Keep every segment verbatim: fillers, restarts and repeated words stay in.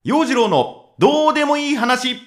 陽次郎のどうでもいい話。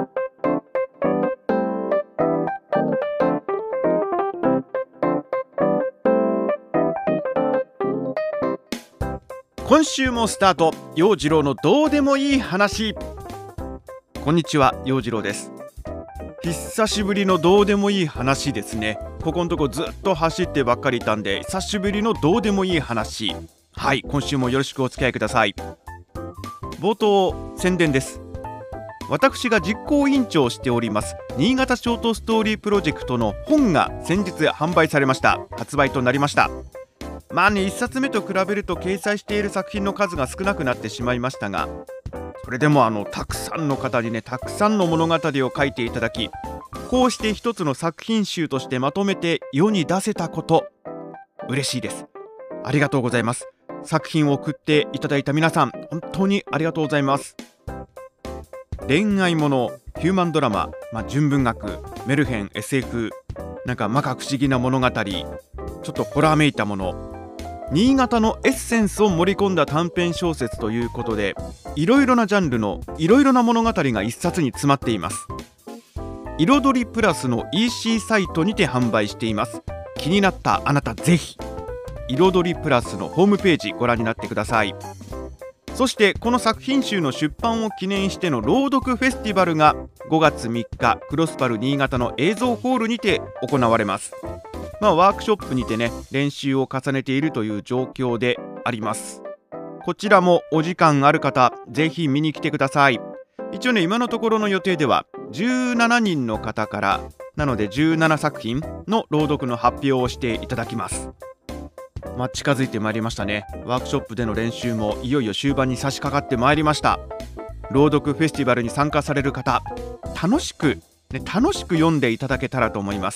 今週もスタート、陽次郎のどうでもいい話。こんにちは、陽次郎です。久しぶりのどうでもいい話ですね。ここのとこずっと走ってばっかりいたんで、久しぶりのどうでもいい話。はい、今週もよろしくお付き合いください。冒頭、宣伝です。私が実行委員長をしております新潟ショートストーリープロジェクトの本が先日販売されました。発売となりました。まあね、いっさつめと比べると掲載している作品の数が少なくなってしまいましたが、それでもあのたくさんの方にね、たくさんの物語を書いていただき、こうして一つの作品集としてまとめて世に出せたこと、嬉しいです。ありがとうございます。作品を送っていただいた皆さん、本当にありがとうございます。恋愛もの、ヒューマンドラマ、まあ、純文学、メルヘン、エスエフ、なんか摩訶不思議な物語、ちょっとホラーめいたもの、新潟のエッセンスを盛り込んだ短編小説ということで、いろいろなジャンルのいろいろな物語が一冊に詰まっています。彩りプラスの イーシー サイトにて販売しています。気になったあなた、ぜひ彩りプラスのホームページご覧になってください。そしてこの作品集の出版を記念しての朗読フェスティバルがごがつみっか、クロスパル新潟の映像ホールにて行われます。まあ、ワークショップにてね、練習を重ねているという状況であります。こちらもお時間ある方、ぜひ見に来てください。一応ね、今のところの予定ではじゅうななにんの方から、なのでじゅうななさくひんの朗読の発表をしていただきます。まあ、近づいてまいりましたね。ワークショップでの練習もいよいよ終盤に差し掛かってまいりました。朗読フェスティバルに参加される方、楽しく、ね、楽しく読んでいただけたらと思います。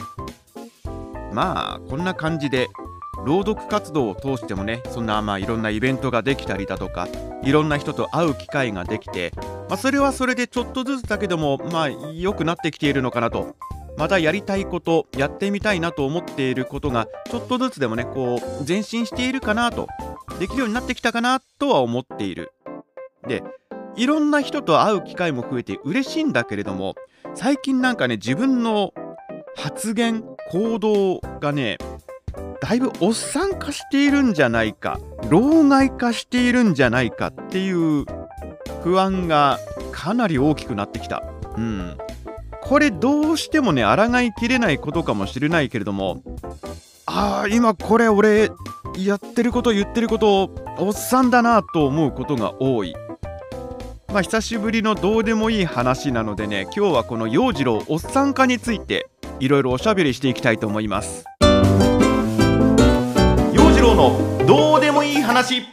まあこんな感じで朗読活動を通してもね、そんなまあいろんなイベントができたりだとか、いろんな人と会う機会ができて、まあ、それはそれでちょっとずつだけども、まあ良くなってきているのかなと。またやりたいこと、やってみたいなと思っていることがちょっとずつでもね、こう前進しているかなと、できるようになってきたかなとは思っている。で、いろんな人と会う機会も増えて嬉しいんだけれども、最近なんかね、自分の発言、行動がね、だいぶおっさん化しているんじゃないか、老害化しているんじゃないかっていう不安がかなり大きくなってきた。うん。これどうしてもね、抗いきれないことかもしれないけれども、ああ、今これ俺やってること、言ってることおっさんだなと思うことが多い。まあ久しぶりのどうでもいい話なのでね、今日はこの陽次郎おっさん化についていろいろおしゃべりしていきたいと思います。陽次郎のどうでもいい話。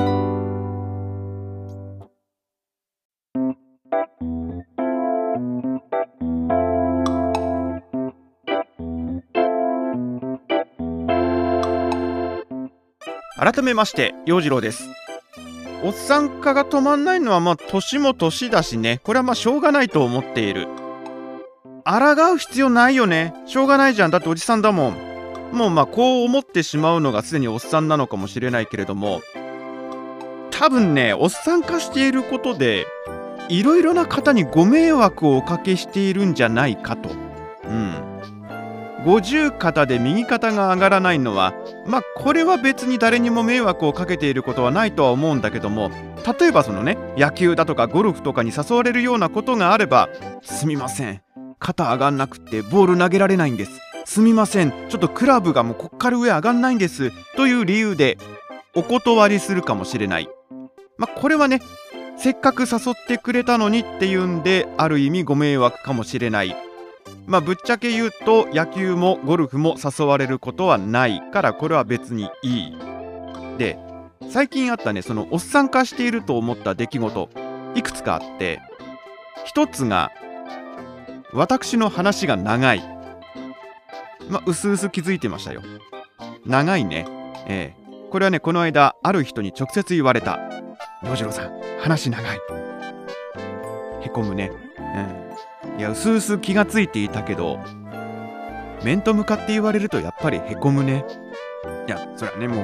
改めまして陽次郎です。おっさん化が止まんないのはまあ年も年だしね、これはまあしょうがないと思っている。抗う必要ないよね、しょうがないじゃん、だっておじさんだもん。もうまあこう思ってしまうのがすでにおっさんなのかもしれないけれども、多分ね、おっさん化していることでいろいろな方にご迷惑をおかけしているんじゃないかと。うん五十肩で右肩が上がらないのは、まあこれは別に誰にも迷惑をかけていることはないとは思うんだけども、例えばそのね、野球だとかゴルフとかに誘われるようなことがあれば、すみません、肩上がんなくてボール投げられないんです、すみません、ちょっとクラブがもうこっから上上がんないんですという理由でお断りするかもしれない。まあこれはね、せっかく誘ってくれたのにっていうんで、ある意味ご迷惑かもしれない。まあぶっちゃけ言うと、野球もゴルフも誘われることはないから、これは別にいい。で、最近あったね、そのおっさん化していると思った出来事、いくつかあって、一つが私の話が長い。まあうすうす気づいてましたよ。長いね。ええこれはね、この間ある人に直接言われた。陽次郎さん、話長い。へこむね。うんいや、うすうす気がついていたけど、面と向かって言われるとやっぱりへこむね。いや、それはね、もう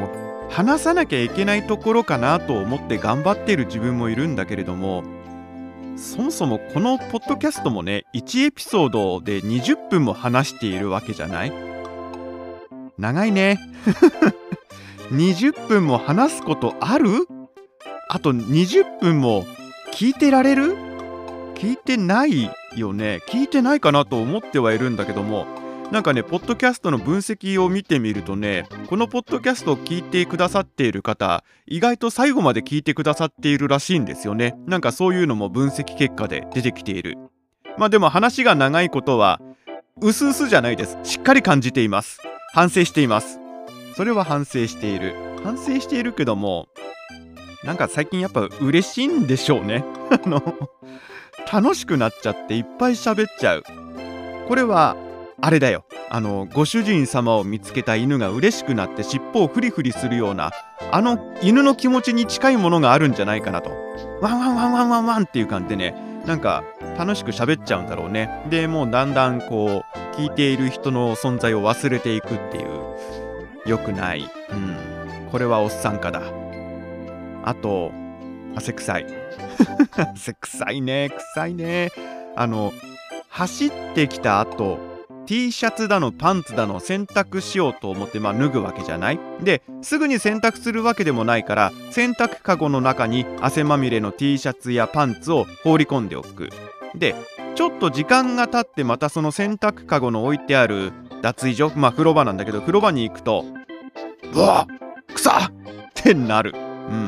話さなきゃいけないところかなと思って頑張っている自分もいるんだけれども、そもそもこのポッドキャストもね、いちエピソードでにじゅっぷんも話しているわけじゃない？長いね。にじゅっぷんも話すことある？あとにじゅっぷんも聞いてられる？聞いてないよね。聞いてないかなと思ってはいるんだけども、なんかね、ポッドキャストの分析を見てみるとね、このポッドキャストを聞いてくださっている方、意外と最後まで聞いてくださっているらしいんですよね。なんかそういうのも分析結果で出てきている。まあでも話が長いことはうすうすじゃないです。しっかり感じています。反省しています。それは反省している。反省しているけども、なんか最近やっぱ嬉しいんでしょうね。あの楽しくなっちゃっていっぱい喋っちゃう。これはあれだよ。あのご主人様を見つけた犬が嬉しくなって尻尾をフリフリするような、あの犬の気持ちに近いものがあるんじゃないかなと。ワンワンワンワンワンワンっていう感じでね、なんか楽しく喋っちゃうんだろうね。でもうだんだんこう聞いている人の存在を忘れていくっていう、良くない、うん、これはおっさん化だ。あと汗臭い汗臭いね、臭いね。あの走ってきた後 T シャツだのパンツだの洗濯しようと思って、まあ、脱ぐわけじゃない。ですぐに洗濯するわけでもないから、洗濯かごの中に汗まみれの T シャツやパンツを放り込んでおく。でちょっと時間が経ってまたその洗濯かごの置いてある脱衣所、まあ風呂場なんだけど、風呂場に行くとうわっ臭っってなる。うん、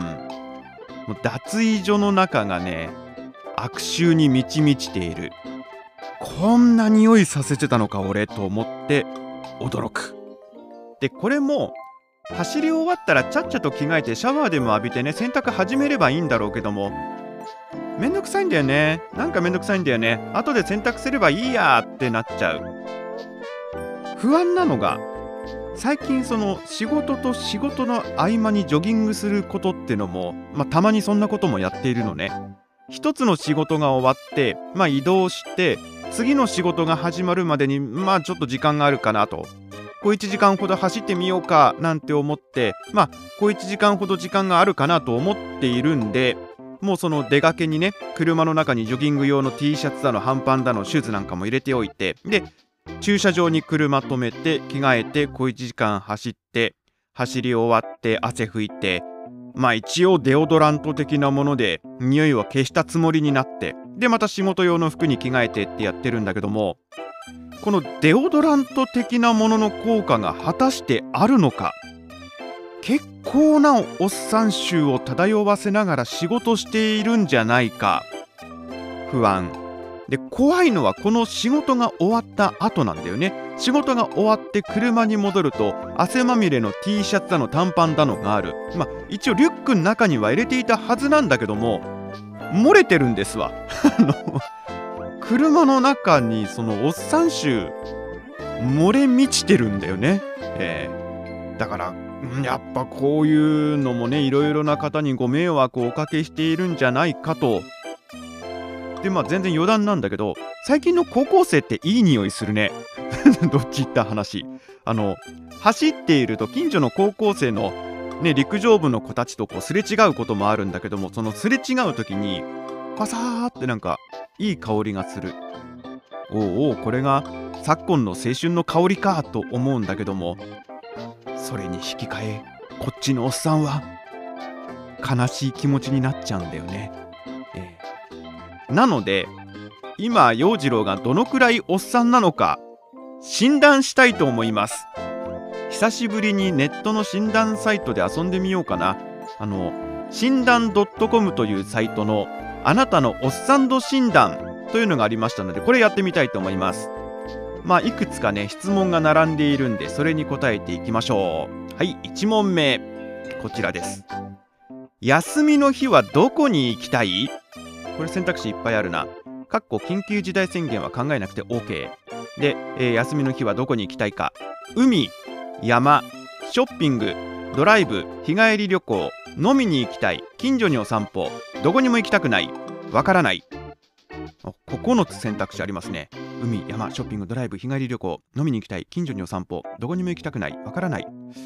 もう脱衣所の中がね、悪臭に満ち満ちている。こんな匂いさせてたのか俺と思って驚く。でこれも走り終わったらちゃっちゃと着替えてシャワーでも浴びてね、洗濯始めればいいんだろうけども、めんどくさいんだよね。なんかめんどくさいんだよね。後で洗濯すればいいやってなっちゃう。不安なのが、最近その仕事と仕事の合間にジョギングすることってのも、まあ、たまにそんなこともやっているのね。一つの仕事が終わって、まあ、移動して次の仕事が始まるまでにまあちょっと時間があるかなと、こういちじかんほど走ってみようかなんて思って、まあこういちじかんほど時間があるかなと思っているんで、もうその出かけにね、車の中にジョギング用の T シャツだの半パンだのシューズなんかも入れておいて、で駐車場に車止めて着替えて小いちじかん走って、走り終わって汗拭いて、まあ一応デオドラント的なもので匂いは消したつもりになって、でまた仕事用の服に着替えてってやってるんだけども、このデオドラント的なものの効果が果たしてあるのか。結構なおっさん臭を漂わせながら仕事しているんじゃないか、不安で、怖いのはこの仕事が終わった後なんだよね。仕事が終わって車に戻ると汗まみれの T シャツだの短パンだのがある。まあ一応リュックの中には入れていたはずなんだけども、漏れてるんですわ。あの車の中にそのおっさん臭漏れ満ちてるんだよね。えー、だからやっぱこういうのもね、いろいろな方にご迷惑をおかけしているんじゃないかと。でまあ全然余談なんだけど、最近の高校生っていい匂いするね。どっち言った話。あの走っていると近所の高校生のね、陸上部の子たちとこうすれ違うこともあるんだけども、そのすれ違う時にパサーってなんかいい香りがする。おうおう、これが昨今の青春の香りかと思うんだけども、それに引き換えこっちのおっさんは悲しい気持ちになっちゃうんだよね。えー、なので今陽次郎がどのくらいおっさんなのか診断したいと思います。久しぶりにネットの診断サイトで遊んでみようかな。あの診断 .com というサイトのあなたのおっさん度診断というのがありましたので、これやってみたいと思います。まあいくつかね質問が並んでいるんで、それに答えていきましょう。はい、いち問目こちらです。休みの日はどこに行きたい？これ選択肢いっぱいあるな。かっこ緊急事態宣言は考えなくて OK で、えー、休みの日はどこに行きたいか。海、山、ショッピング、ドライブ、日帰り旅行、飲みに行きたい、近所にお散歩、どこにも行きたくない、わからない。ここのつ選択肢ありますね。海、山、ショッピング、ドライブ、日帰り旅行、飲みに行きたい、近所にお散歩、どこにも行きたくない、わからない。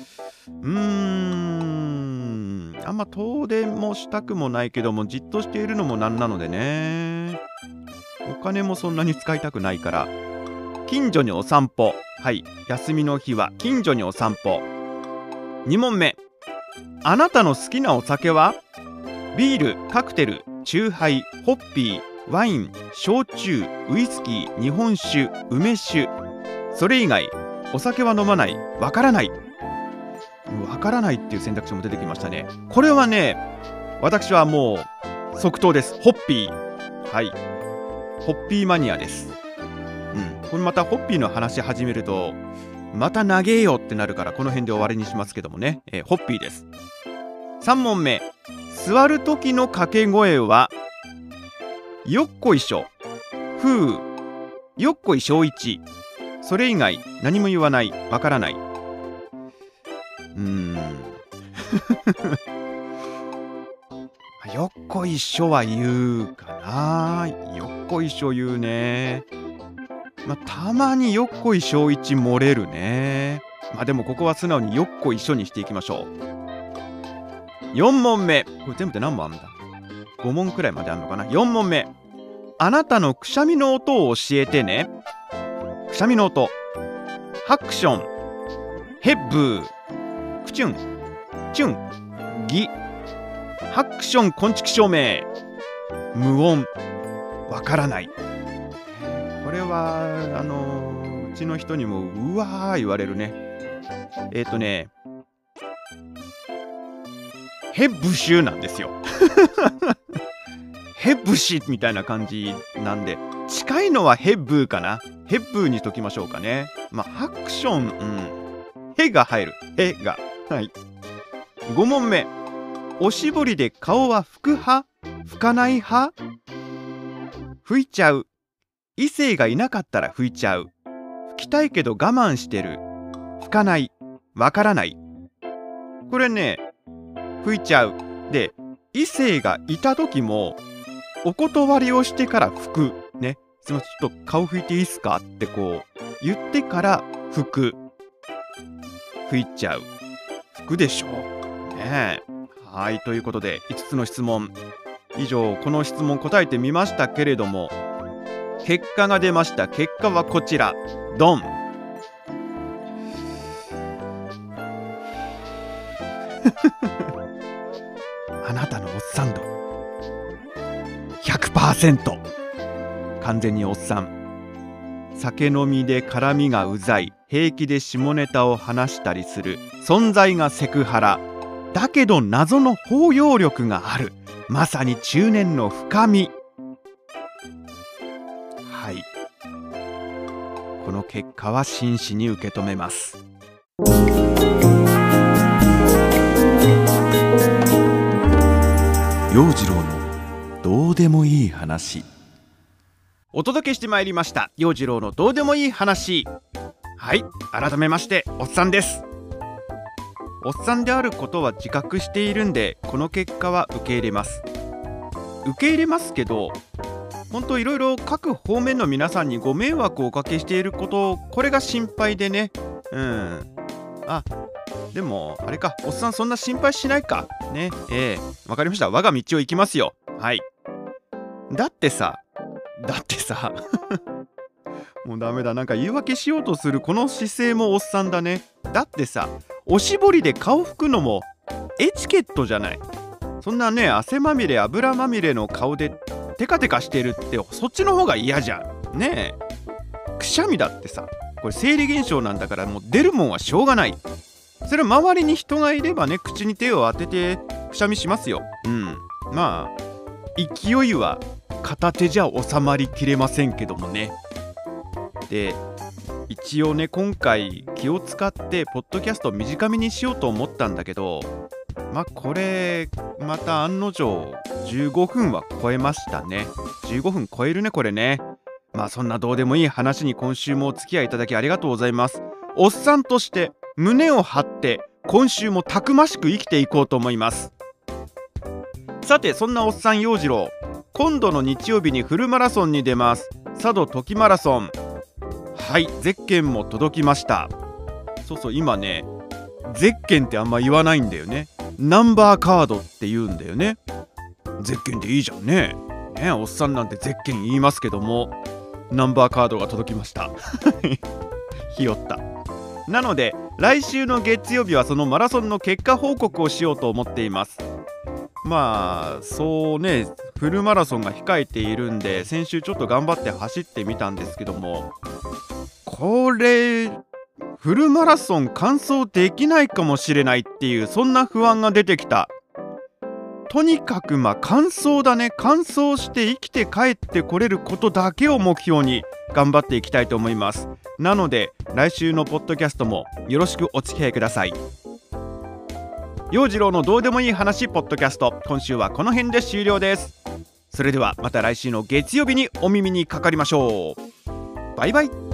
うーんあんま遠出もしたくもないけども、じっとしているのもなんなのでね。お金もそんなに使いたくないから、近所にお散歩。はい、休みの日は近所にお散歩。に問目、あなたの好きなお酒は？ビール、カクテル、チューハイ、ホッピー、ワイン、焼酎、ウイスキー、日本酒、梅酒。それ以外お酒は飲まない。わからない。わからないっていう選択肢も出てきましたね。これはね、私はもう即答です。ホッピー。はい、ホッピーマニアです。うん、これまたホッピーの話始めるとまた長えよってなるから、この辺で終わりにしますけどもね、えー、ホッピーです。さん問目、座る時の掛け声はよっこいしょ、ふう、よっこいしょういち。それ以外何も言わない。わからない。うーんよっこいしょは言うかな。よっこいしょ言うね。まあ、たまによっこいしょういち漏れるね。まあでもここは素直によっこいしょにしていきましょう。よん問目、これ全部で何問あるんだ？ご問くらいまであるのかな。よん問目、あなたのくしゃみの音を教えてね。くしゃみの音、ハクション、ヘッブー、クチュン、チュン、ギ。ハクション、こんちき証明、無音、わからない。これはあのー、うちの人にもうわー言われるね。えっとねヘッブシュなんですよヘッブシみたいな感じなんで、近いのはヘッブーかな。ヘッブーにしときましょうかね。まあハクション、うんヘが入る。ヘが、はい。ご問目、おしぼりで顔は拭く派？拭かない派？拭いちゃう。異性がいなかったら拭いちゃう。拭きたいけど我慢してる。拭かない。わからない。これね、拭いちゃう。で、異性がいた時もお断りをしてから拭くね。すみません、ちょっと顔拭いていいっすかってこう言ってから拭く。拭いちゃう。拭くでしょうね。はい、ということでいつつの質問以上、この質問答えてみましたけれども、結果が出ました。結果はこちら。ドン。あなたのおっさん度 ひゃくパーセント。 完全におっさん。酒飲みで絡みがうざい、平気で下ネタを話したりする、存在がセクハラだけど謎の包容力がある、まさに中年の深み。はい、この結果は真摯に受け止めます。陽次郎のどうでもいい話、お届けしてまいりました陽次郎のどうでもいい話。はい、改めましておっさんです。おっさんであることは自覚しているんで、この結果は受け入れます。受け入れますけど、本当いろいろ各方面の皆さんにご迷惑をおかけしていること、これが心配でね。うんあでもあれか、おっさんそんな心配しないかね。ええー、わかりました。我が道を行きますよ。はい。だってさだってさもうダメだ、なんか言い訳しようとするこの姿勢もおっさんだね。だってさ、おしぼりで顔拭くのもエチケットじゃない。そんなね、汗まみれ油まみれの顔でテカテカしてるって、そっちの方が嫌じゃんねえ。くしゃみだってさ、これ生理現象なんだから、もう出るもんはしょうがない。それは周りに人がいればね、口に手を当ててくしゃみしますよ。うんまあ勢いは片手じゃ収まりきれませんけどもね。で一応ね、今回気を使ってポッドキャスト短めにしようと思ったんだけど、まあこれまた案の定じゅうごふんは超えましたね。じゅうごふん超えるねこれね。まあそんなどうでもいい話に今週もお付き合いいただきありがとうございます。おっさんとして胸を張って今週もたくましく生きていこうと思います。さて、そんなおっさん陽次郎、今度の日曜日にフルマラソンに出ます。佐渡トキマラソン。はい、ゼッケンも届きました。そうそう、今ねゼッケンってあんま言わないんだよね。ナンバーカードって言うんだよね。ゼッケンでいいじゃんね。ね、おっさんなんてゼッケン言いますけども、ナンバーカードが届きましたひよった。なので来週の月曜日はそのマラソンの結果報告をしようと思っています。まあそうね、フルマラソンが控えているんで、先週ちょっと頑張って走ってみたんですけども、これフルマラソン完走できないかもしれないっていう、そんな不安が出てきた。とにかくまあ完走だね。完走して生きて帰ってこれることだけを目標に頑張っていきたいと思います。なので来週のポッドキャストもよろしくお付き合いください。陽次郎のどうでもいい話ポッドキャスト、今週はこの辺で終了です。それではまた来週の月曜日にお耳にかかりましょう。バイバイ。